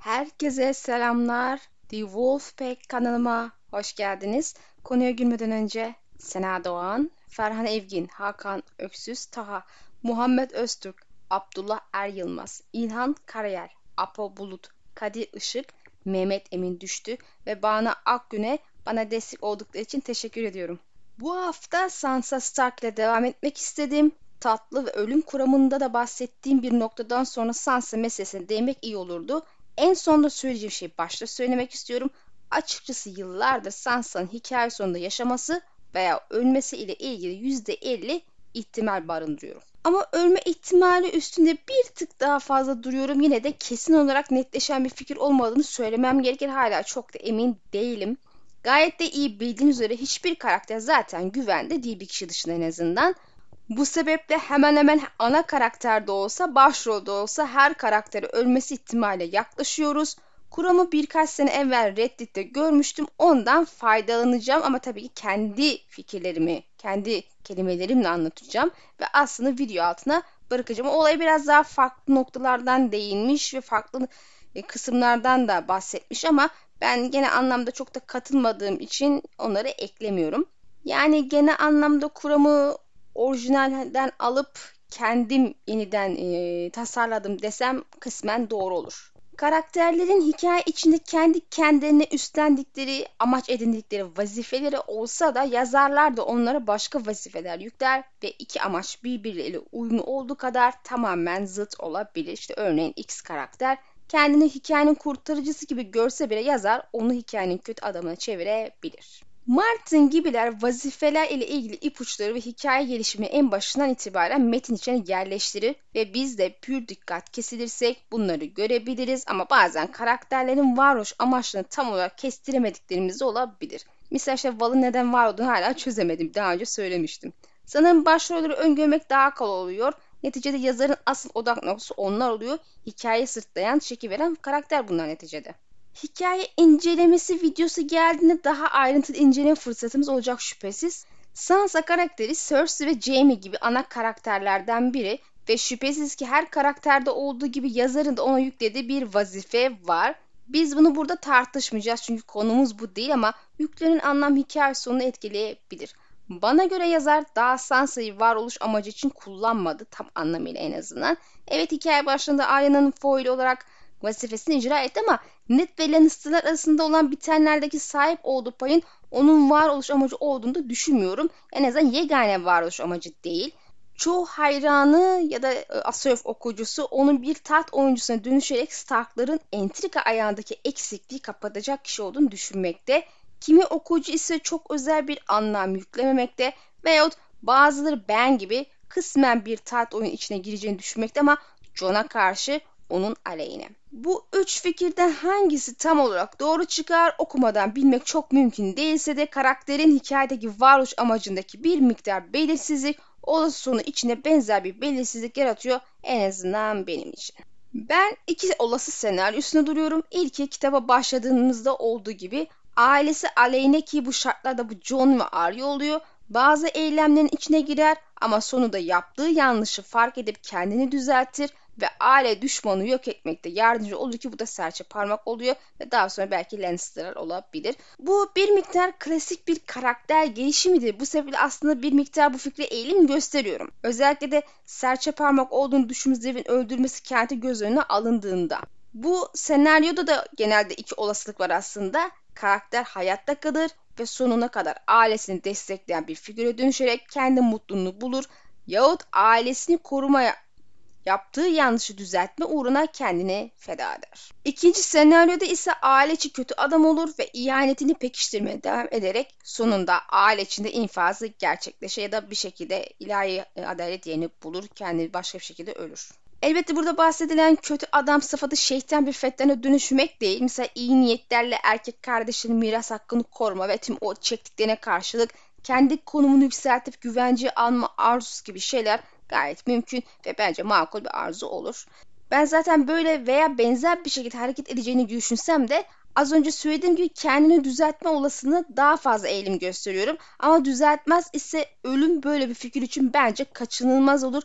Herkese selamlar. The Wolfpack kanalıma hoş geldiniz. Konuya girmeden önce Sena Doğan, Ferhan Evgin, Hakan Öksüz, Taha, Muhammed Öztürk, Abdullah Er Yılmaz, İlhan Karayel, Apo Bulut, Kadir Işık, Mehmet Emin Düştü ve Banu Akgün'e bana destek oldukları için teşekkür ediyorum. Bu hafta Sansa Stark ile devam etmek istedim. Tatlı ve ölüm kuramında da bahsettiğim bir noktadan sonra Sansa meselesine değinmek iyi olurdu. En sonunda söyleyeceğim şeyi başta söylemek istiyorum. Açıkçası yıllardır Sansa'nın hikaye sonunda yaşaması veya ölmesi ile ilgili %50 ihtimal barındırıyorum. Ama ölme ihtimali üstünde bir tık daha fazla duruyorum. Yine de kesin olarak netleşen bir fikir olmadığını söylemem gerekir. Hala çok da emin değilim. Gayet de iyi bildiğiniz üzere hiçbir karakter zaten güvende değil, bir kişi dışında en azından. Bu sebeple hemen hemen ana karakterde olsa, başrolde olsa her karaktere ölmesi ihtimaliyle yaklaşıyoruz. Kuramı birkaç sene evvel Reddit'te görmüştüm. Ondan faydalanacağım ama tabii ki kendi fikirlerimi, kendi kelimelerimle anlatacağım. Ve aslında video altına bırakacağım. Olaya biraz daha farklı noktalardan değinmiş ve farklı kısımlardan da bahsetmiş ama ben genel anlamda çok da katılmadığım için onları eklemiyorum. Yani genel anlamda kuramı orijinalden alıp kendim yeniden tasarladım desem kısmen doğru olur. Karakterlerin hikaye içinde kendi kendilerine üstlendikleri, amaç edindikleri vazifeleri olsa da yazarlar da onlara başka vazifeler yükler ve iki amaç birbirleriyle uyumlu olduğu kadar tamamen zıt olabilir. İşte örneğin X karakter kendini hikayenin kurtarıcısı gibi görse bile yazar onu hikayenin kötü adamına çevirebilir. Martin gibiler vazifeler ile ilgili ipuçları ve hikaye gelişimi en başından itibaren metin içine yerleştirir ve biz de pür dikkat kesilirsek bunları görebiliriz ama bazen karakterlerin varoluş amaçlarını tam olarak kestiremediklerimiz de olabilir. Mesela işte Val'ın neden var olduğunu hala çözemedim. Daha önce söylemiştim. Sanırım başrolleri öngörmek daha kolay oluyor. Neticede yazarın asıl odak noktası onlar oluyor. Hikayeyi sırtlayan, çekiveren karakter bunlar neticede. Hikaye incelemesi videosu geldiğinde daha ayrıntılı inceleme fırsatımız olacak şüphesiz. Sansa karakteri Cersei ve Jaime gibi ana karakterlerden biri ve şüphesiz ki her karakterde olduğu gibi yazarın da ona yüklediği bir vazife var. Biz bunu burada tartışmayacağız çünkü konumuz bu değil ama yüklerin anlam hikaye sonunu etkileyebilir. Bana göre yazar daha Sansa'yı varoluş amacı için kullanmadı tam anlamıyla en azından. Evet, hikaye başlarında Arya'nın foil olarak vazifesini icra etti ama Ned ve Lannister'lar arasında olan bitenlerdeki sahip olduğu payın onun varoluş amacı olduğunu da düşünmüyorum. En azından yegane varoluş amacı değil. Çoğu hayranı ya da Asyaf okuyucusu onun bir taht oyuncusuna dönüşerek Stark'ların entrika ayağındaki eksikliği kapatacak kişi olduğunu düşünmekte. Kimi okuyucu ise çok özel bir anlam yüklememekte veyahut bazıları ben gibi kısmen bir taht oyun içine gireceğini düşünmekte ama Jon'a karşı onun aleyhine. Bu üç fikirden hangisi tam olarak doğru çıkar okumadan bilmek çok mümkün değilse de karakterin hikayedeki varoluş amacındaki bir miktar belirsizlik olası sonu içinde benzer bir belirsizlik yaratıyor en azından benim için. Ben iki olası senaryo üstüne duruyorum. İlki kitaba başladığımızda olduğu gibi ailesi aleyhine ki bu şartlarda bu Jon ve Arya oluyor. Bazı eylemlerin içine girer ama sonunda yaptığı yanlışı fark edip kendini düzeltir ve aile düşmanı yok etmekte yardımcı olur ki bu da serçe parmak oluyor ve daha sonra belki Lannister'lar olabilir. Bu bir miktar klasik bir karakter gelişimidir. Bu sebeple aslında bir miktar bu fikre eğilim gösteriyorum. Özellikle de serçe parmak olduğunu düşündüğümüz Zev'in öldürmesi kenti göz önüne alındığında. Bu senaryoda da genelde iki olasılık var aslında. Karakter hayatta kalır ve sonuna kadar ailesini destekleyen bir figüre dönüşerek kendi mutluluğunu bulur yahut ailesini korumaya yaptığı yanlışı düzeltme uğruna kendini feda eder. İkinci senaryoda ise aile içi kötü adam olur ve ihanetini pekiştirmeye devam ederek sonunda aile içinde infazı gerçekleşir ya da bir şekilde ilahi adalet yerini bulur, kendini başka bir şekilde ölür. Elbette burada bahsedilen kötü adam sıfatı şeytan bir fettana dönüşmek değil. Mesela iyi niyetlerle erkek kardeşinin miras hakkını koruma ve tüm o çektiklerine karşılık kendi konumunu yükseltip güvenceye alma arzusu gibi şeyler gayet mümkün ve bence makul bir arzu olur. Ben zaten böyle veya benzer bir şekilde hareket edeceğini düşünsem de az önce söylediğim gibi kendini düzeltme olasılığını daha fazla eğilim gösteriyorum. Ama düzeltmez ise ölüm böyle bir fikir için bence kaçınılmaz olur.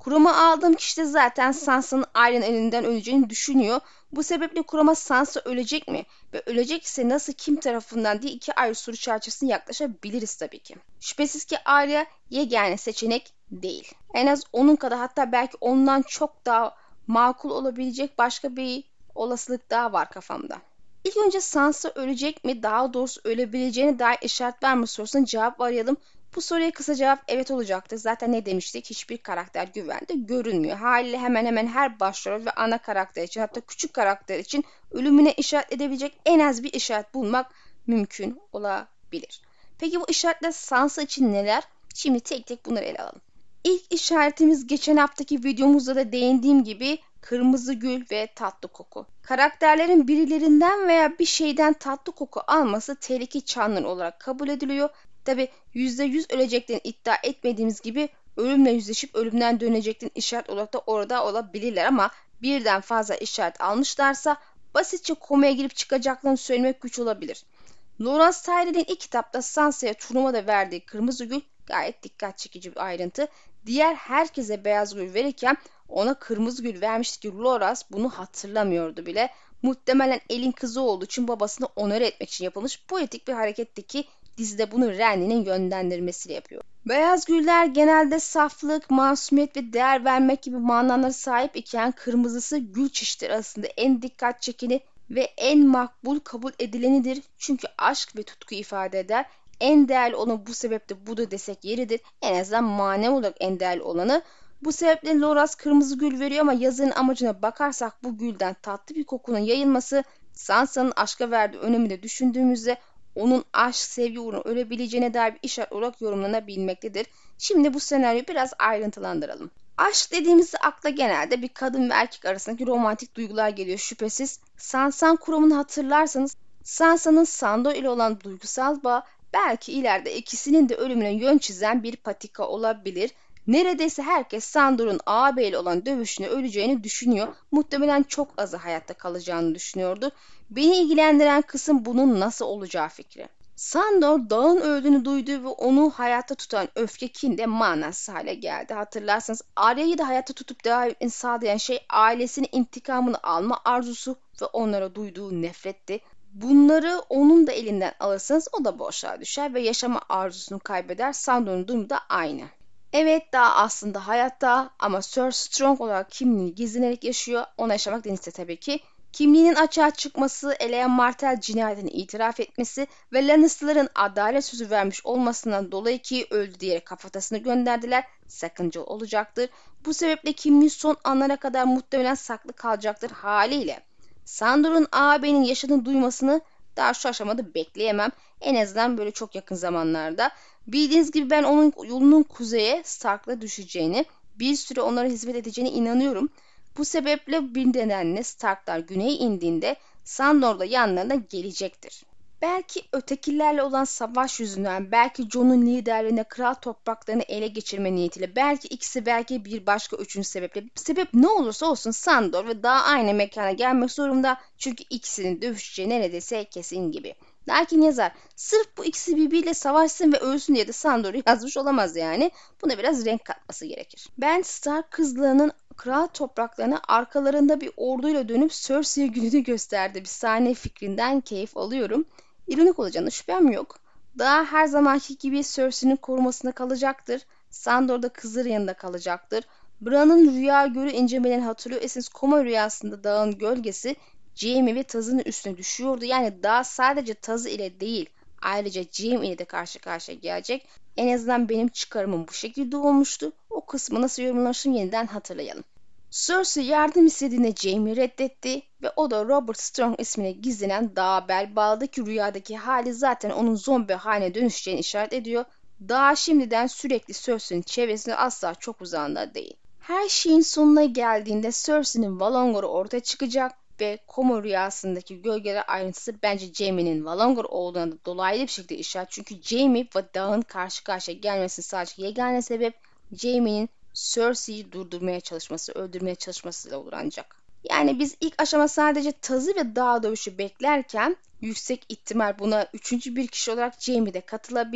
Kuramı aldığım kişi de zaten Sansa'nın Arya'nın elinden öleceğini düşünüyor. Bu sebeple kurama Sansa ölecek mi? Ve ölecekse nasıl, kim tarafından diye iki ayrı soru çerçevesine yaklaşabiliriz tabii ki. Şüphesiz ki Arya yegane seçenek değil. En az onun kadar, hatta belki ondan çok daha makul olabilecek başka bir olasılık daha var kafamda. İlk önce Sansa ölecek mi, daha doğrusu ölebileceğine dair işaret var mı sorusuna cevap arayalım. Bu soruya kısa cevap evet olacaktır. Zaten ne demiştik? Hiçbir karakter güvende görünmüyor. Haliyle hemen hemen her başrol ve ana karakter için, hatta küçük karakter için ölümüne işaret edebilecek en az bir işaret bulmak mümkün olabilir. Peki bu işaretler Sansa için neler? Şimdi tek tek bunları ele alalım. İlk işaretimiz geçen haftaki videomuzda da değindiğim gibi kırmızı gül ve tatlı koku. Karakterlerin birilerinden veya bir şeyden tatlı koku alması tehlike çanları olarak kabul ediliyor. Tabi %100 öleceklerini iddia etmediğimiz gibi ölümle yüzleşip ölümden döneceklerin işaret olarak da orada olabilirler, ama birden fazla işaret almışlarsa basitçe komaya girip çıkacaklarını söylemek güç olabilir. Lawrence Tyrell'in ilk kitapta Sansa'ya turnuvada verdiği kırmızı gül gayet dikkat çekici bir ayrıntı. Diğer herkese beyaz gül verirken ona kırmızı gül vermişti ki Lawrence bunu hatırlamıyordu bile. Muhtemelen elin kızı olduğu için babasını onore etmek için yapılmış poetik bir hareketti ki dizide bunu Renly'nin yönlendirmesiyle yapıyor. Beyaz güller genelde saflık, masumiyet ve değer vermek gibi manalara sahip iken kırmızısı gül çeşitleri arasında en dikkat çekeni ve en makbul kabul edilenidir. Çünkü aşk ve tutku ifade eder. En değerli olan bu sebeple budur desek yeridir. En azından manevi olarak en değerli olanı. Bu sebeple Loras kırmızı gül veriyor, ama yazının amacına bakarsak bu gülden tatlı bir kokunun yayılması Sansa'nın aşka verdiği önemi de düşündüğümüzde onun aşk, sevgi uğruna ölebileceğine dair bir işaret olarak yorumlanabilmektedir. Şimdi bu senaryoyu biraz ayrıntılandıralım. Aşk dediğimizde akla genelde bir kadın ve erkek arasındaki romantik duygular geliyor şüphesiz. Sansa kuramını hatırlarsanız Sansa'nın Sandor ile olan duygusal bağ belki ileride ikisinin de ölümüne yön çizen bir patika olabilir. Neredeyse herkes Sandor'un ağabeyle olan dövüşünü öleceğini düşünüyor. Muhtemelen çok azı hayatta kalacağını düşünüyordu. Beni ilgilendiren kısım bunun nasıl olacağı fikri. Sandor dağın öldüğünü duyduğu ve onu hayatta tutan öfke, kin de manasız hale geldi. Hatırlarsanız Arya'yı da hayatta tutup devam etmesini sağlayan şey ailesinin intikamını alma arzusu ve onlara duyduğu nefretti. Bunları onun da elinden alırsanız o da boşluğa düşer ve yaşama arzusunu kaybeder. Sandor'un durumu da aynı. Evet, daha aslında hayatta ama Ser Strong olarak kimliğini gizlenerek yaşıyor. Ona yaşamak denizde tabii ki. Kimliğinin açığa çıkması, Elean Martell cinayetini itiraf etmesi ve Lannister'ların adalet sözü vermiş olmasından dolayı ki öldü diyerek kafatasını gönderdiler, sakıncalı olacaktır. Bu sebeple kimliği son anlara kadar muhtemelen saklı kalacaktır haliyle. Sandor'un ağabeyinin yaşadığını duymasını daha şu aşamada bekleyemem. En azından böyle çok yakın zamanlarda. Bildiğiniz gibi ben onun yolunun kuzeye Stark'la düşeceğini, bir süre onlara hizmet edeceğine inanıyorum. Bu sebeple bir nedenle Starklar güneye indiğinde Sandor da yanlarına gelecektir. Belki ötekilerle olan savaş yüzünden, belki Jon'un liderliğinde kral topraklarını ele geçirme niyetiyle, belki ikisi, belki bir başka üçüncü sebeple. Sebep ne olursa olsun Sandor ve daha aynı mekana gelmek zorunda, çünkü ikisinin dövüşeceği neredeyse kesin gibi. Lakin yazar sırf bu ikisi birbiriyle savaşsın ve ölsün diye de Sandor'u yazmış olamaz yani. Buna biraz renk katması gerekir. Ben Stark kızlarının kral topraklarına arkalarında bir orduyla dönüp Cersei'ye gününü gösterdi bir sahne fikrinden keyif alıyorum. İronik olacağına şüphem yok. Daha her zamanki gibi Cersei'nin korumasında kalacaktır. Sandor da kızları yanında kalacaktır. Bran'ın rüya görü incelemelerini hatırlıyorsanız koma rüyasında dağın gölgesi Jaime ve Taz'ın üstüne düşüyordu. Yani dağ sadece Taz ile değil, ayrıca Jaime ile de karşı karşıya gelecek. En azından benim çıkarımım bu şekilde olmuştu. O kısmı nasıl yorumlaştığını yeniden hatırlayalım. Cersei yardım istediğinde Jaime reddetti ve o da Robert Strong ismine gizlenen Dağ'a bel bağladı ki rüyadaki hali zaten onun zombi haline dönüşeceğini işaret ediyor. Dağ şimdiden sürekli Cersei'nin çevresinde, asla çok uzağında değil. Her şeyin sonuna geldiğinde Cersei'nin Valongor'u ortaya çıkacak ve Koma rüyasındaki gölgeler ayrıntısı bence Jaime'nin Valongor olduğuna da dolaylı bir şekilde işaret. Çünkü Jaime ve Dağ'ın karşı karşıya gelmesinin sadece yegane sebep Jaime'nin Cersei'yi durdurmaya çalışması, öldürmeye çalışmasıyla olur ancak. Yani biz ilk aşama sadece Tazı ve Dağ dövüşü beklerken yüksek ihtimal buna üçüncü bir kişi olarak Jaime de katılabilir.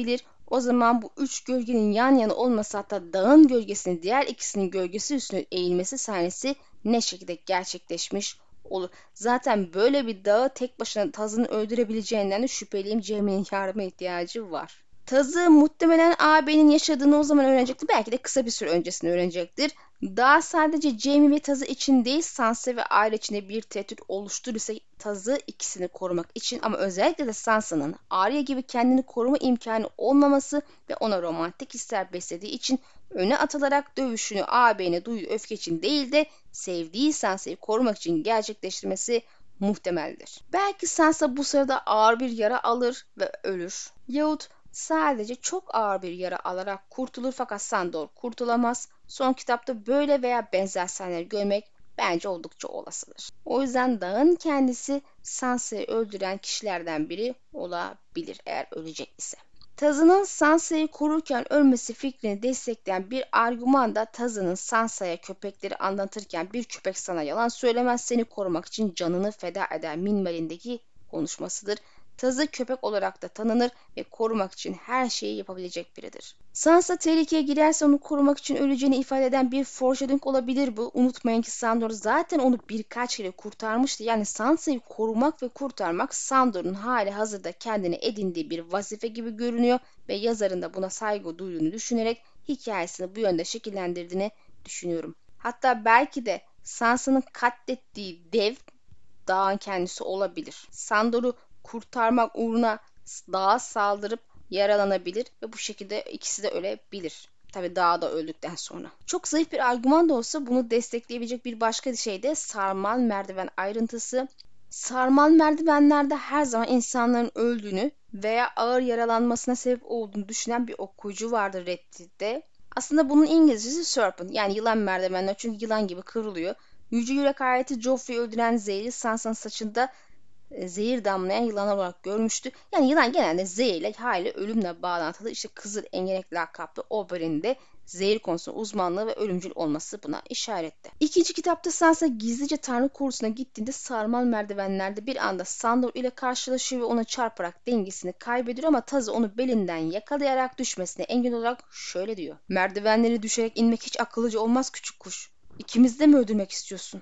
O zaman bu üç gölgenin yan yana olması, hatta dağın gölgesinin diğer ikisinin gölgesi üstüne eğilmesi sahnesi ne şekilde gerçekleşmiş olur. Zaten böyle bir dağı tek başına Taz'ın öldürebileceğinden de şüpheliyim. Jamie'nin yardıma ihtiyacı var. Taz'ı muhtemelen ağabeyinin yaşadığını o zaman öğrenecektir. Belki de kısa bir süre öncesinde öğrenecektir. Daha sadece Jamie ve Taz'ı için değil, Sansa ve aile içinde bir tehdit oluşturursa Taz'ı ikisini korumak için, ama özellikle de Sansa'nın Arya gibi kendini koruma imkanı olmaması ve ona romantik hisler beslediği için öne atılarak dövüşünü ağabeyine duyduğu öfke için değil de sevdiği Sansa'yı korumak için gerçekleştirmesi muhtemeldir. Belki Sansa bu sırada ağır bir yara alır ve ölür. Yahut sadece çok ağır bir yara alarak kurtulur, fakat Sandor kurtulamaz. Son kitapta böyle veya benzer sahneleri görmek bence oldukça olasıdır. O yüzden dağın kendisi Sansa'yı öldüren kişilerden biri olabilir eğer ölecek ise. Taz'ın Sansa'yı korurken ölmesi fikrini destekleyen bir argüman da Taz'ın Sansa'ya köpekleri anlatırken "bir köpek sana yalan söylemez, seni korumak için canını feda eder" minvalindeki konuşmasıdır. Taz'ı köpek olarak da tanınır ve korumak için her şeyi yapabilecek biridir. Sansa tehlikeye girerse onu korumak için öleceğini ifade eden bir foreshadowing olabilir bu. Unutmayın ki Sandor zaten onu birkaç kere kurtarmıştı. Yani Sansa'yı korumak ve kurtarmak Sandor'un hali hazırda kendine edindiği bir vazife gibi görünüyor ve yazarın da buna saygı duyduğunu düşünerek hikayesini bu yönde şekillendirdiğini düşünüyorum. Hatta belki de Sansa'nın katlettiği dev dağın kendisi olabilir. Sandor'u kurtarmak uğruna dağa saldırıp yaralanabilir ve bu şekilde ikisi de ölebilir. Tabi dağda öldükten sonra. Çok zayıf bir argüman da olsa bunu destekleyebilecek bir başka şey de sarmal merdiven ayrıntısı. Sarmal merdivenlerde her zaman insanların öldüğünü veya ağır yaralanmasına sebep olduğunu düşünen bir okuyucu vardır Reddit'te. Aslında bunun İngilizcesi serpent, yani yılan merdivenler, çünkü yılan gibi kıvrılıyor. Yüce Yürek ayeti Joffrey'i öldüren zehri Sansa'nın saçında zehir damlayan yılan olarak görmüştü. Yani yılan genelde zehirle, hali ölümle bağlantılı. İşte Kızıl Engerek lakaplı Oberyn'in de zehir konusunda uzmanlığı ve ölümcül olması buna işaretti. İkinci kitapta Sansa gizlice Tanrı Korusu'na gittiğinde sarmal merdivenlerde bir anda Sandor ile karşılaşıyor ve ona çarparak dengesini kaybediyor, ama Tazı onu belinden yakalayarak düşmesine engel olarak şöyle diyor: "Merdivenleri düşerek inmek hiç akıllıca olmaz küçük kuş. İkimizi de mi öldürmek istiyorsun?"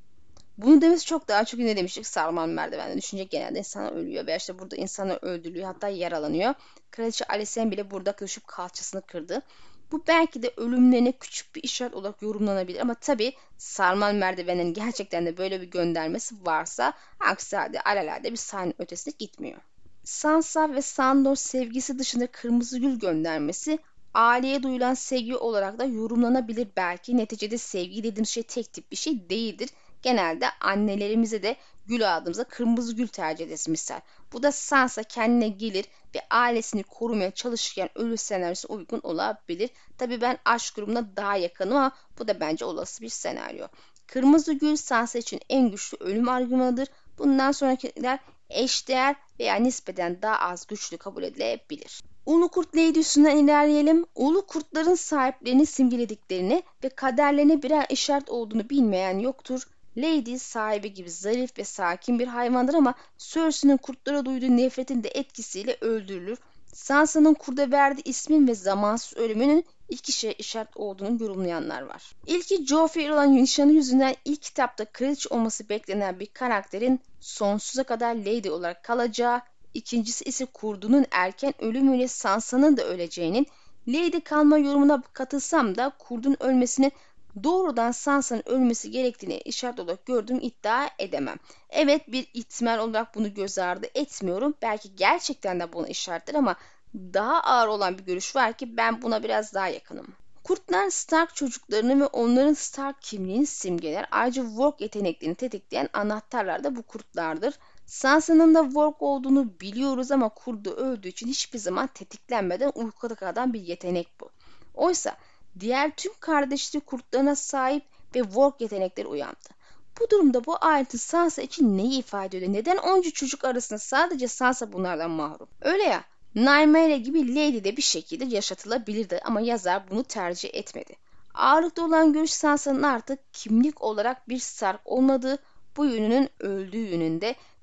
Bunu demesi çok daha, çünkü ne demiştik? Sarmal merdivenden düşünce genelde insanlar ölüyor veya işte burada insanlar öldürülüyor, hatta yaralanıyor. Kraliçe Alicent bile burada düşüp kalçasını kırdı. Bu belki de ölümlerine küçük bir işaret olarak yorumlanabilir, ama tabi sarmal merdivenin gerçekten de böyle bir göndermesi varsa aksi halde alelade bir sahne ötesine gitmiyor. Sansa ve Sandor sevgisi dışında kırmızı gül göndermesi aileye duyulan sevgi olarak da yorumlanabilir belki. Neticede sevgi dediğimiz şey tek tip bir şey değildir. Genelde annelerimize de gül aldığımızda kırmızı gül tercih ederiz misal. Bu da Sansa kendine gelir ve ailesini korumaya çalışırken ölü senaryosu uygun olabilir. Tabii ben aşk grubuna daha yakınım, ama bu da bence olası bir senaryo. Kırmızı gül Sansa için en güçlü ölüm argümanıdır. Bundan sonrakiler eşdeğer veya nispeten daha az güçlü kabul edilebilir. Ulu Kurt Lady üstünden ilerleyelim. Ulu kurtların sahiplerini simgelediklerini ve kaderlerine birer işaret olduğunu bilmeyen yoktur. Lady sahibi gibi zarif ve sakin bir hayvandır, ama Cersei'nin kurtlara duyduğu nefretin de etkisiyle öldürülür. Sansa'nın kurda verdiği ismin ve zamansız ölümünün ilk işaret olduğunu yorumlayanlar var. İlki Joffrey olan nişanı yüzünden ilk kitapta kraliçe olması beklenen bir karakterin sonsuza kadar Lady olarak kalacağı, İkincisi ise kurdunun erken ölümüyle Sansa'nın da öleceğinin. Lady kalma yorumuna katılsam da kurdun ölmesinin doğrudan Sansa'nın ölmesi gerektiğini işaret olarak gördüğümü iddia edemem. Evet, bir ihtimal olarak bunu göz ardı etmiyorum. Belki gerçekten de buna işaretler, ama daha ağır olan bir görüş var ki ben buna biraz daha yakınım. Kurtlar Stark çocuklarını ve onların Stark kimliğini simgeler. Ayrıca Work yeteneklerini tetikleyen anahtarlar da bu kurtlardır. Sansa'nın da Work olduğunu biliyoruz, ama kurdu öldüğü için hiçbir zaman tetiklenmeden uykuda kalan bir yetenek bu. Oysa diğer tüm kardeşleri kurtlarına sahip ve Work yetenekleri uyandı. Bu durumda bu ayrıntı Sansa için neyi ifade ediyor? Neden onca çocuk arasında sadece Sansa bunlardan mahrum? Öyle ya, Nymeria gibi Lady de bir şekilde yaşatılabilirdi, ama yazar bunu tercih etmedi. Ağırlıkta olan görüş Sansa'nın artık kimlik olarak bir Stark olmadığı, bu yönünün öldüğü yönünde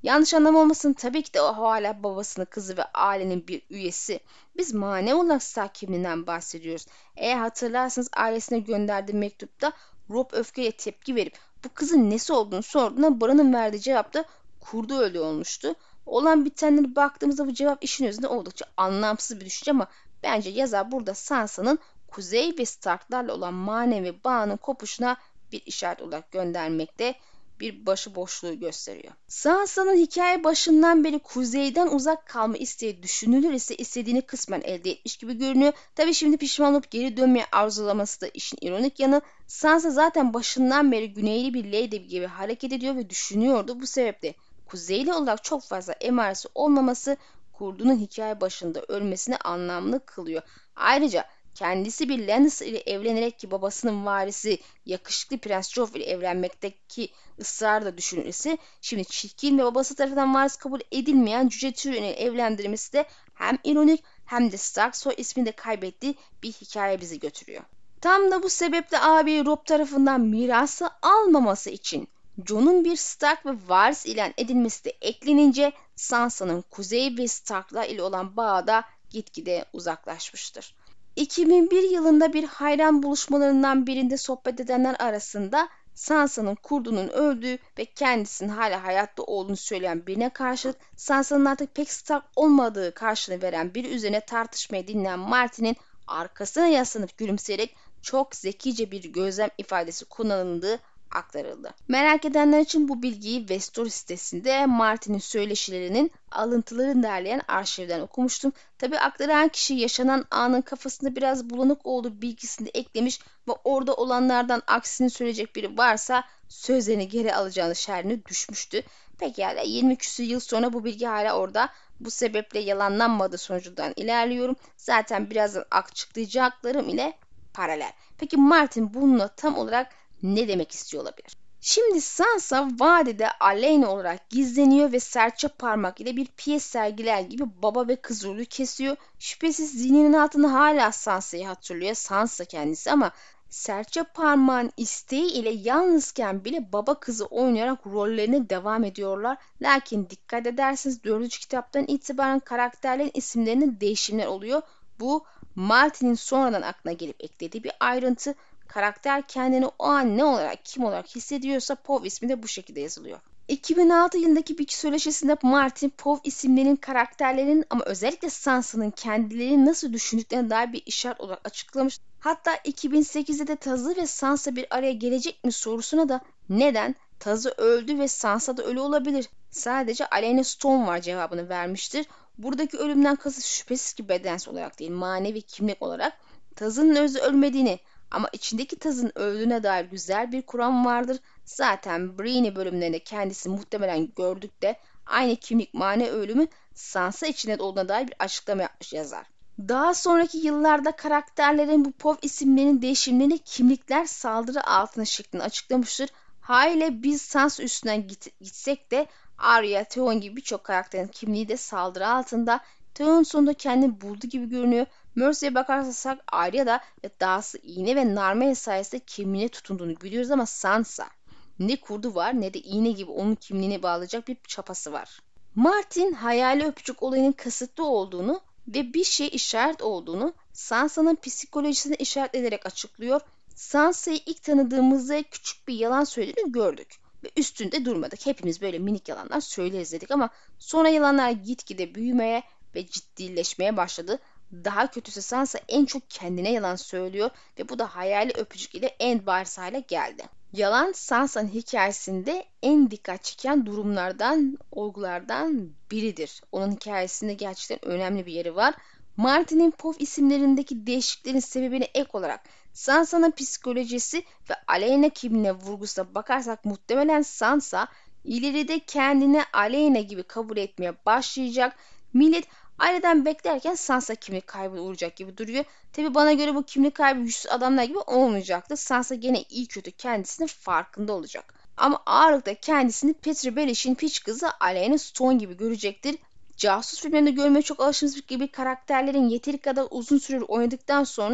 Yanlış anlam olmasın, tabii ki de o hala babasının kızı ve ailenin bir üyesi. Biz manevi olarak Stark kimliğinden bahsediyoruz. Eğer hatırlarsanız ailesine gönderdiği mektupta Robb öfkeyle tepki verip bu kızın nesi olduğunu sorduğunda Bran'ın verdiği cevapta kurdu öldü olmuştu. Olan bitenlere baktığımızda bu cevap işin özünde oldukça anlamsız bir düşünce ama bence yazar burada Sansa'nın Kuzey ve Starklarla olan manevi bağının kopuşuna bir işaret olarak göndermekte, bir başıboşluğu gösteriyor. Sansa'nın hikaye başından beri kuzeyden uzak kalma isteği düşünülür ise istediğini kısmen elde etmiş gibi görünüyor. Tabi şimdi pişman olup geri dönmeye arzulaması da işin ironik yanı. Sansa zaten başından beri güneyli bir lady gibi hareket ediyor ve düşünüyordu. Bu sebeple kuzeyli olarak çok fazla emaresi olmaması kurdunun hikaye başında ölmesini anlamlı kılıyor. Ayrıca kendisi bir Lannister ile evlenerek ki babasının varisi yakışıklı Prens Joffrey ile evlenmekteki ısrar da düşünülürse şimdi çirkin ve babası tarafından varis kabul edilmeyen Cüce Tyrion'u evlendirmesi de hem ironik hem de Stark soy ismini de kaybettiği bir hikaye bizi götürüyor. Tam da bu sebeple abi Robb tarafından mirası almaması için Jon'un bir Stark ve varis ilan edilmesi de eklenince Sansa'nın Kuzey ve Stark'lar ile olan bağı da gitgide uzaklaşmıştır. 2001 yılında bir hayran buluşmalarından birinde sohbet edenler arasında Sansa'nın kurdunun öldüğü ve kendisinin hala hayatta olduğunu söyleyen birine karşılık Sansa'nın artık pek Stark olmadığı karşılığını veren biri üzerine tartışmayı dinleyen Martin'in arkasına yaslanıp gülümseyerek çok zekice bir gözlem ifadesi kullanıldığı aktarıldı. Merak edenler için bu bilgiyi Westeros sitesinde Martin'in söyleşilerinin alıntılarını derleyen arşivden okumuştum. Tabi aktaran kişi yaşanan anın kafasında biraz bulanık olduğu bilgisini de eklemiş ve orada olanlardan aksini söyleyecek biri varsa sözlerini geri alacağını şerrine düşmüştü. Pekala 20 küsur yıl sonra bu bilgi hala orada. Bu sebeple yalanlanmadığı sonucundan ilerliyorum. Zaten birazdan açıklayacaklarım ile paralel. Peki Martin bununla tam olarak ne demek istiyor olabilir? Şimdi Sansa vadide Alayna olarak gizleniyor ve serçe parmak ile bir piyes sergiler gibi baba ve kız rolü kesiyor. Şüphesiz zihninin altında hala Sansa'yı hatırlıyor. Sansa kendisi ama serçe parmağın isteği ile yalnızken bile baba kızı oynayarak rollerine devam ediyorlar. Lakin dikkat ederseniz 4. kitaptan itibaren karakterlerin isimlerinin değişimler oluyor. Bu Martin'in sonradan aklına gelip eklediği bir ayrıntı. Karakter kendini o an ne olarak kim olarak hissediyorsa Pov ismi de bu şekilde yazılıyor. 2006 yılındaki bir söyleşisinde Martin Pov isimlerinin karakterlerin ama özellikle Sansa'nın kendilerini nasıl düşündüklerine dair bir işaret olarak açıklamış. Hatta 2008'de de Tazı ve Sansa bir araya gelecek mi sorusuna da neden Tazı öldü ve Sansa da ölü olabilir. Sadece Alayna Stone var cevabını vermiştir. Buradaki ölümden kasıt şüphesiz ki bedensel olarak değil manevi kimlik olarak Tazı'nın özü ölmediğini ama içindeki Taz'ın öldüğüne dair güzel bir kuram vardır. Zaten Brienne bölümlerinde kendisi muhtemelen gördük de aynı kimlik mane ölümü Sansa içinde olduğuna dair bir açıklama yapmış yazar. Daha sonraki yıllarda karakterlerin bu Pov isimlerinin değişimlerini kimlikler saldırı altına şeklinde açıklamıştır. Haliyle biz Sansa üstünden gitsek de Arya, Theon gibi birçok karakterin kimliği de saldırı altında. Theon sonunda kendini buldu gibi görünüyor. Mercy'ye bakarsak Arya da ve dahası iğne ve narmaya sayesinde kimliğine tutunduğunu biliyoruz ama Sansa ne kurdu var ne de iğne gibi onun kimliğine bağlayacak bir çapası var. Martin hayali öpücük olayının kasıtlı olduğunu ve bir şey işaret olduğunu Sansa'nın psikolojisine işaret ederek açıklıyor. Sansa'yı ilk tanıdığımızda küçük bir yalan söylediğini gördük ve üstünde durmadık. Hepimiz böyle minik yalanlar söyleriz dedik ama sonra yalanlar gitgide büyümeye ve ciddileşmeye başladı. Daha kötüsü Sansa en çok kendine yalan söylüyor ve bu da hayali öpücük ile en bariz hale geldi. Yalan Sansa'nın hikayesinde en dikkat çeken durumlardan, olgulardan biridir. Onun hikayesinde gerçekten önemli bir yeri var. Martin'in Pov isimlerindeki değişikliklerin sebebine ek olarak Sansa'nın psikolojisi ve Alayna kimliğine vurgusuna bakarsak muhtemelen Sansa ileride kendini Alayna gibi kabul etmeye başlayacak. Millet aileden beklerken Sansa kimlik kaybına uğrayacak gibi duruyor. Tabi bana göre bu kimlik kaybı yüzsüz adamlar gibi olmayacaktır. Sansa gene iyi kötü kendisinin farkında olacak. Ama ağırlıkta kendisini Petri Barish'in piç kızı Alayna Stone gibi görecektir. Casus filmlerinde görmeye çok alıştığımız gibi karakterlerin yeteri kadar uzun süre oynadıktan sonra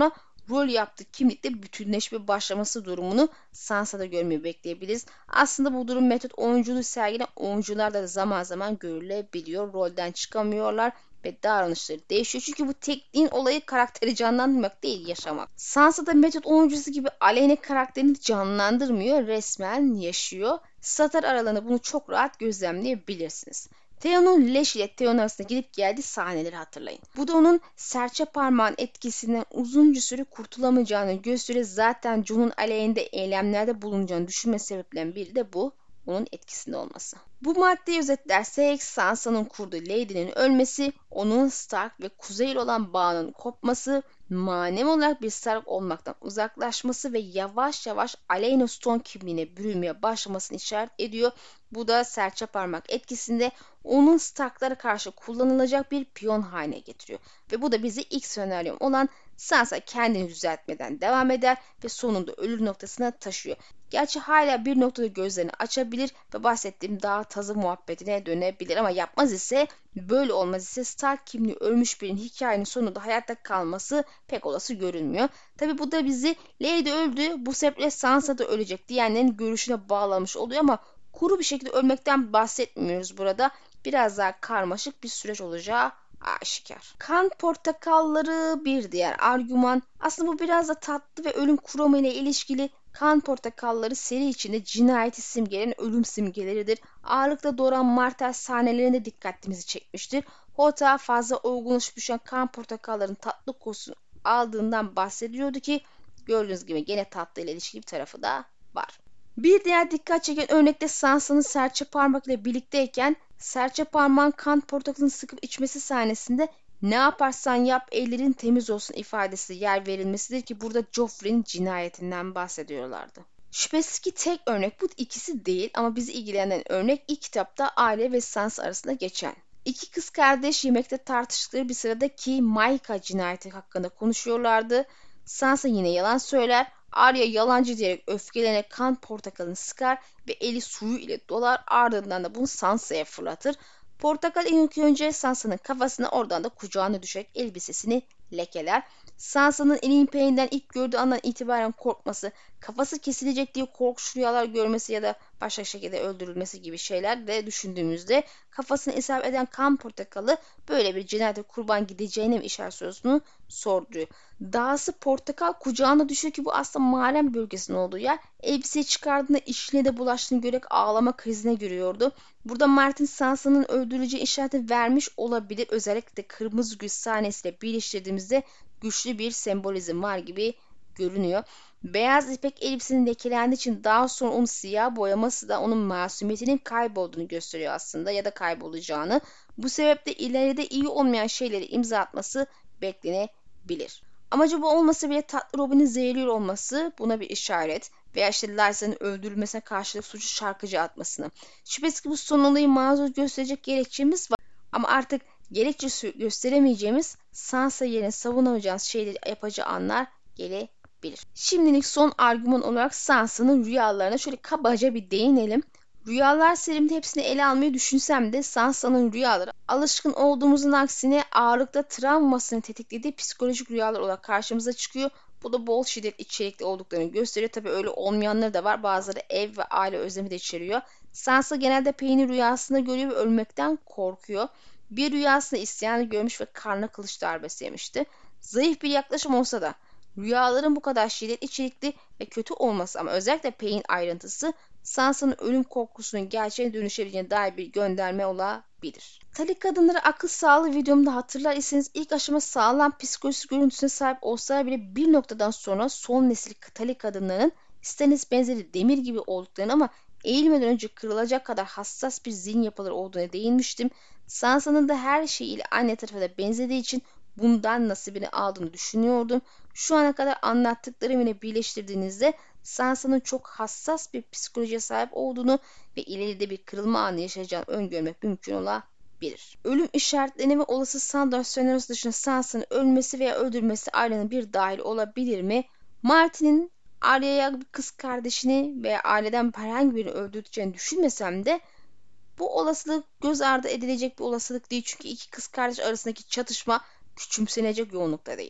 rol yaptığı kimlikle bütünleşme başlaması durumunu Sansa'da görmeyi bekleyebiliriz. Aslında bu durum metot oyunculuğu sergilen oyuncularda da zaman zaman görülebiliyor. Rolden çıkamıyorlar ve davranışları değişiyor. Çünkü bu tekniğin olayı karakteri canlandırmak değil, yaşamak. Sansa da metot oyuncusu gibi aleyhine karakterini canlandırmıyor, resmen yaşıyor. Satır aralığında bunu çok rahat gözlemleyebilirsiniz. Theon'un leş ile Theon arasında gidip geldiği sahneleri hatırlayın. Bu da onun serçe parmağın etkisinden uzunca süre kurtulamayacağını gösteriyor. Zaten Jon'un aleyhinde eylemlerde bulunacağını düşünme sebeplerinden biri de bu. Onun etkisinde olması. Bu maddeyi özetlersek Sansa'nın kurduğu Lady'nin ölmesi, onun Stark ve Kuzey ile olan bağının kopması, manevi olarak bir Stark olmaktan uzaklaşması ve yavaş yavaş Alayna Stone kimliğine bürünmeye başlamasını işaret ediyor. Bu da serçe parmak etkisinde onun Stark'lara karşı kullanılacak bir piyon haline getiriyor. Ve bu da bizi ilk senaryom olan Sansa kendini düzeltmeden devam eder ve sonunda ölür noktasına taşıyor. Gerçi hala bir noktada gözlerini açabilir ve bahsettiğim dağ tazı muhabbetine dönebilir ama yapmaz ise, böyle olmaz ise Stark kimliği ölmüş birinin hikayenin sonunda hayatta kalması pek olası görünmüyor. Tabi bu da bizi Lady öldü, bu sebeple Sansa da ölecek diyenlerin görüşüne bağlamış oluyor ama kuru bir şekilde ölmekten bahsetmiyoruz burada. Biraz daha karmaşık bir süreç olacağı aşikar. Kan portakalları bir diğer argüman. Aslında bu biraz da tatlı ve ölüm kuramı ile ilişkili. Kan portakalları seri içinde cinayeti simgeleyen ölüm simgeleridir. Ağırlıkta Doran Martell sahnelerinde dikkatimizi çekmiştir. Hota fazla olgunlaşıp düşen kan portakalların tatlı kokusunu aldığından bahsediyordu ki gördüğünüz gibi gene tatlı ile ilişkili bir tarafı da var. Bir diğer dikkat çeken örnekte Sansa'nın serçe parmak ile birlikteyken serçe parmağın kan portakalını sıkıp içmesi sahnesinde ne yaparsan yap ellerin temiz olsun ifadesi yer verilmesidir ki burada Joffrey'nin cinayetinden bahsediyorlardı. Şüphesiz ki tek örnek bu ikisi değil ama bizi ilgilenen örnek ilk kitapta aile ve Sansa arasında geçen. İki kız kardeş yemekte tartıştıkları bir sırada ki Maika cinayeti hakkında konuşuyorlardı. Sansa yine yalan söyler. Arya yalancı diyerek öfkelenerek kan portakalını sıkar ve eli suyu ile dolar, ardından da bunu Sansa'ya fırlatır. Portakal ilk önce Sansa'nın kafasına, oradan da kucağına düşerek elbisesini lekeler. Sansa'nın elin peğinden ilk gördüğü andan itibaren korkması, kafası kesilecek diye korkunç rüyalar görmesi ya da başka şekilde öldürülmesi gibi şeyler de düşündüğümüzde kafasına isabet eden kan portakalı böyle bir cinayete kurban gideceğine mi işaret sorusunu sorduruyor. Dahası portakal kucağına düşüyor ki bu aslında mağaren bölgesinin olduğu yer. Elbiseyi çıkardığında içine de bulaştığını görerek ağlama krizine giriyordu. Burada Martin Sansa'nın öldürüleceği işareti vermiş olabilir. Özellikle de kırmızı gül sahnesiyle birleştirdiğimizde güçlü bir sembolizm var gibi görünüyor. Beyaz ipek elbisenin lekelendiği için daha sonra onu siyah boyaması da onun masumiyetinin kaybolduğunu gösteriyor aslında ya da kaybolacağını. Bu sebeple ileride iyi olmayan şeyleri imza atması beklenebilir. Amacı bu olmasa bile tatlı Robin'in zehirliyor olması buna bir işaret veya işte Lysa'nın öldürülmesine karşılık suçu şarkıcı atmasını. Şüphesiz ki bu son olayı mazur gösterecek gerekçemiz var ama artık gerekçe gösteremeyeceğimiz Sansa yerine savunamayacağımız şeyleri yapacağı anlar gelebilir. Şimdilik son argüman olarak Sansa'nın rüyalarına şöyle kabaca bir değinelim. Rüyalar serimde hepsini ele almayı düşünsem de Sansa'nın rüyaları alışkın olduğumuzun aksine ağırlıkta travmasını tetiklediği psikolojik rüyalar olarak karşımıza çıkıyor. Bu da bol şiddet içerikli olduklarını gösteriyor. Tabii öyle olmayanları da var. Bazıları ev ve aile özlemi de içeriyor. Sansa genelde Payne'i rüyasında görüyor ve ölmekten korkuyor. Bir rüyasında isyanı görmüş ve karnına kılıç darbesi yemişti. Zayıf bir yaklaşım olsa da rüyaların bu kadar şiddet içerikli ve kötü olması ama özellikle Payne ayrıntısı Sansa'nın ölüm korkusunun gerçeğe dönüşebileceğine dair bir gönderme olabilir. Tali kadınları akıl sağlığı videomda hatırlar iseniz ilk aşama sağlam psikolojik görüntüsüne sahip olsalar bile bir noktadan sonra son nesil Tali kadınların Stannis benzeri demir gibi olduklarını ama eğilmeden önce kırılacak kadar hassas bir zihin yapıları olduğuna değinmiştim. Sansa'nın da her şeyiyle anne tarafına benzediği için bundan nasibini aldığını düşünüyordum. Şu ana kadar anlattıklarım ile birleştirdiğinizde Sansa'nın çok hassas bir psikolojiye sahip olduğunu ve ileride bir kırılma anı yaşayacağını öngörmek mümkün olabilir. Ölüm işaretlerini ve olası Sandor senaryosu dışında Sansa'nın ölmesi veya öldürmesi Arya'nın bir dahil olabilir mi? Martin'in Arya'ya bir kız kardeşini veya aileden herhangi birini öldüreceğini düşünmesem de bu olasılık göz ardı edilecek bir olasılık değil. Çünkü iki kız kardeş arasındaki çatışma küçümsenecek yoğunlukta değil.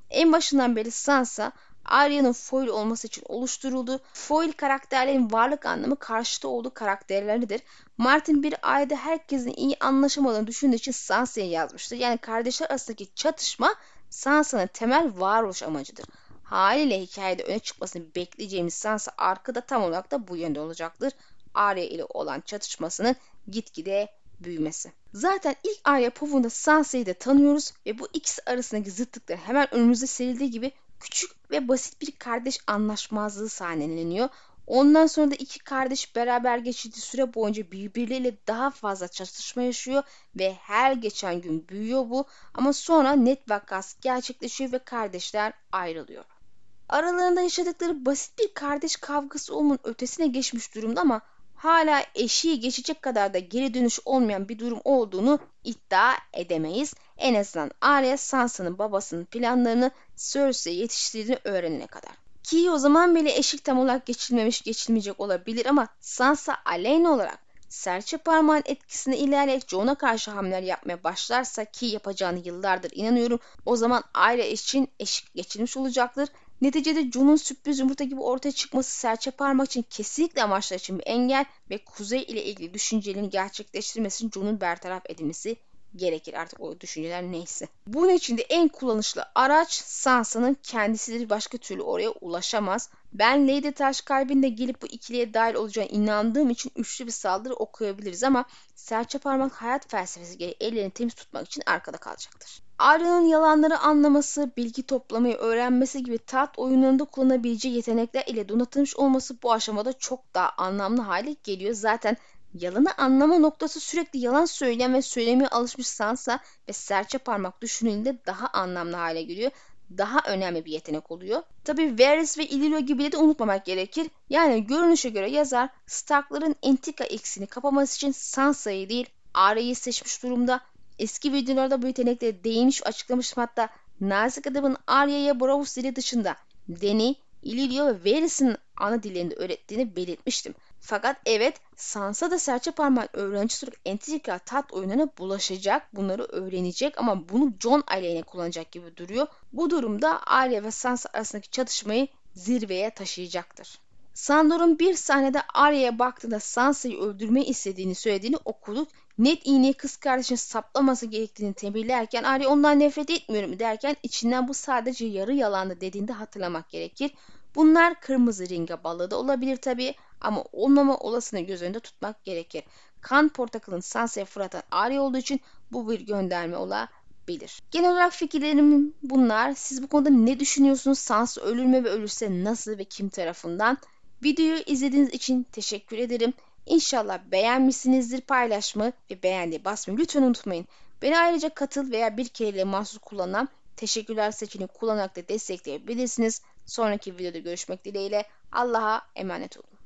En başından beri Sansa Arya'nın foil olması için oluşturuldu. Foil karakterlerin varlık anlamı karşıtı olduğu karakterleridir. Martin bir ailede herkesin iyi anlaşamadığını düşündüğü için Sansa'ya yazmıştır. Yani kardeşler arasındaki çatışma Sansa'nın temel varoluş amacıdır. Haliyle hikayede öne çıkmasını bekleyeceğimiz Sansa arkada tam olarak da bu yönde olacaktır. Arya ile olan çatışmasının gitgide büyümesi. Zaten ilk Arya povunda Sansa'yı da tanıyoruz ve bu ikisi arasındaki zıtlıklar hemen önümüzde serildiği gibi küçük ve basit bir kardeş anlaşmazlığı sahneleniyor. Ondan sonra da iki kardeş beraber geçirdiği süre boyunca birbirleriyle daha fazla çatışma yaşıyor ve her geçen gün büyüyor bu. Ama sonra Ned vakası gerçekleşiyor ve kardeşler ayrılıyor. Aralarında yaşadıkları basit bir kardeş kavgası olmanın ötesine geçmiş durumda ama hala eşiği geçecek kadar da geri dönüş olmayan bir durum olduğunu iddia edemeyiz. En azından Arya Sansa'nın babasının planlarını Cersei'ye yetiştirdiğini öğrenene kadar. Ki o zaman bile eşik tam olarak geçilmeyecek olabilir ama Sansa aleyhine olarak serçe parmağın etkisine ilerleyerek Jon'a karşı hamleler yapmaya başlarsa ki yapacağını yıllardır inanıyorum, o zaman Arya için eşik geçilmiş olacaktır. Neticede Jon'un sürpriz yumurta gibi ortaya çıkması serçe parmak için kesinlikle amaçlar için bir engel ve Kuzey ile ilgili düşüncelerini gerçekleştirmesi için Jon'un bertaraf edilmesi gerekir, artık o düşünceler neyse. Bunun için de en kullanışlı araç Sansa'nın kendisidir, başka türlü oraya ulaşamaz. Ben Lady Taş kalbinde gelip bu ikiliye dahil olacağına inandığım için üçlü bir saldırı okuyabiliriz ama serçe parmak hayat felsefesi gereği ellerini temiz tutmak için arkada kalacaktır. Arya'nın yalanları anlaması, bilgi toplamayı öğrenmesi gibi taht oyunlarında kullanabileceği yetenekler ile donatılmış olması bu aşamada çok daha anlamlı hale geliyor. Zaten yalanı anlama noktası sürekli yalan söyleyen ve söylemeye alışmış Sansa ve serçe parmak düşünüldüğünde daha anlamlı hale geliyor. Daha önemli bir yetenek oluyor. Tabi Varys ve Illyrio gibi de unutmamak gerekir. Yani görünüşe göre yazar Stark'ların entrika eksiğini kapaması için Sansa'yı değil Arya'yı seçmiş durumda. Eski videolarda bu yetenekleri değinmiş açıklamıştım, hatta nazik adamın Arya'ya Braavos dili dışında Dany, Illyrio ve Varys'in ana dillerinde öğrettiğini belirtmiştim. Fakat evet, Sansa da serçe parmağın öğrencisi olarak entrika tat oyununa bulaşacak, bunları öğrenecek ama bunu Jon aleyhine kullanacak gibi duruyor. Bu durumda Arya ve Sansa arasındaki çatışmayı zirveye taşıyacaktır. Sandor'un bir sahnede Arya'ya baktığında Sansa'yı öldürmeyi istediğini söylediğini okuduk. Ned iğneyi kız kardeşine saplaması gerektiğini tembihlerken Arya ondan nefret etmiyorum derken içinden bu sadece yarı yalandı dediğinde hatırlamak gerekir. Bunlar kırmızı ringa balığı da olabilir tabii ama olmama olasılığını göz önünde tutmak gerekir. Kan portakalın Sansa'ya fırlatan Arya olduğu için bu bir gönderme olabilir. Genel olarak fikirlerim bunlar. Siz bu konuda ne düşünüyorsunuz? Sansa ölür mü ve ölürse nasıl ve kim tarafından? Videoyu izlediğiniz için teşekkür ederim. İnşallah beğenmişsinizdir. Paylaşmayı ve beğendiği basmayı lütfen unutmayın. Beni ayrıca katıl veya bir kereyle mahsus kullanan teşekkürler seçeneği kullanarak da destekleyebilirsiniz. Sonraki videoda görüşmek dileğiyle. Allah'a emanet olun.